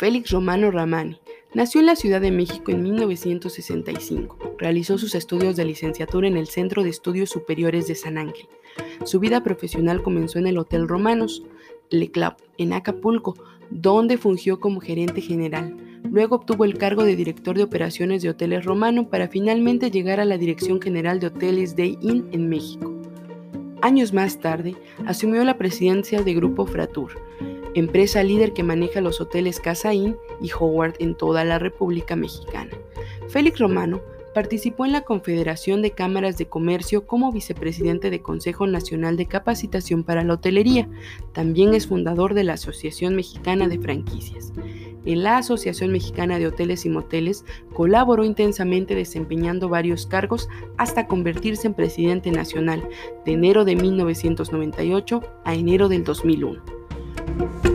Félix Romano Ramani nació en la Ciudad de México en 1965. Realizó sus estudios de licenciatura en el Centro de Estudios Superiores de San Ángel. Su vida profesional comenzó en el Hotel Romanos, Le Club, en Acapulco, donde fungió como gerente general. Luego obtuvo el cargo de director de operaciones de Hoteles Romano para finalmente llegar a la Dirección General de Hoteles Day Inn en México. Años más tarde, asumió la presidencia de Grupo Fratur, empresa líder que maneja los hoteles Casa Inn y Howard en toda la República Mexicana. Félix Romano participó en la Confederación de Cámaras de Comercio como vicepresidente de Consejo Nacional de Capacitación para la Hotelería. También es fundador de la Asociación Mexicana de Franquicias. En la Asociación Mexicana de Hoteles y Moteles colaboró intensamente desempeñando varios cargos hasta convertirse en presidente nacional de enero de 1998 a enero del 2001.